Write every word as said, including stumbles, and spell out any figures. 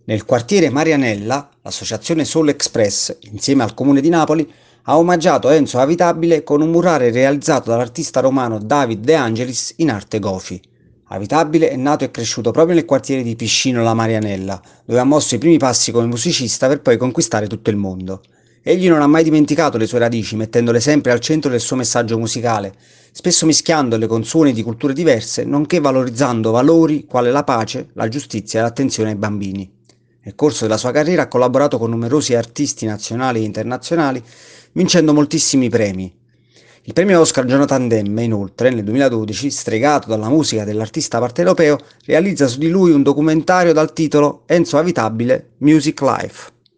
Nel quartiere Marianella, l'associazione Soul Express, insieme al comune di Napoli, ha omaggiato Enzo Avitabile con un murale realizzato dall'artista romano David De Angelis in arte Gofi. Avitabile è nato e cresciuto proprio nel quartiere di Piscino La Marianella, dove ha mosso i primi passi come musicista per poi conquistare tutto il mondo. Egli non ha mai dimenticato le sue radici, mettendole sempre al centro del suo messaggio musicale, spesso mischiandole con suoni di culture diverse, nonché valorizzando valori quale la pace, la giustizia e l'attenzione ai bambini. Nel corso della sua carriera ha collaborato con numerosi artisti nazionali e internazionali, vincendo moltissimi premi. Il premio Oscar Jonathan Demme, inoltre, nel duemiladodici, stregato dalla musica dell'artista partenopeo, realizza su di lui un documentario dal titolo Enzo Avitabile Music Life.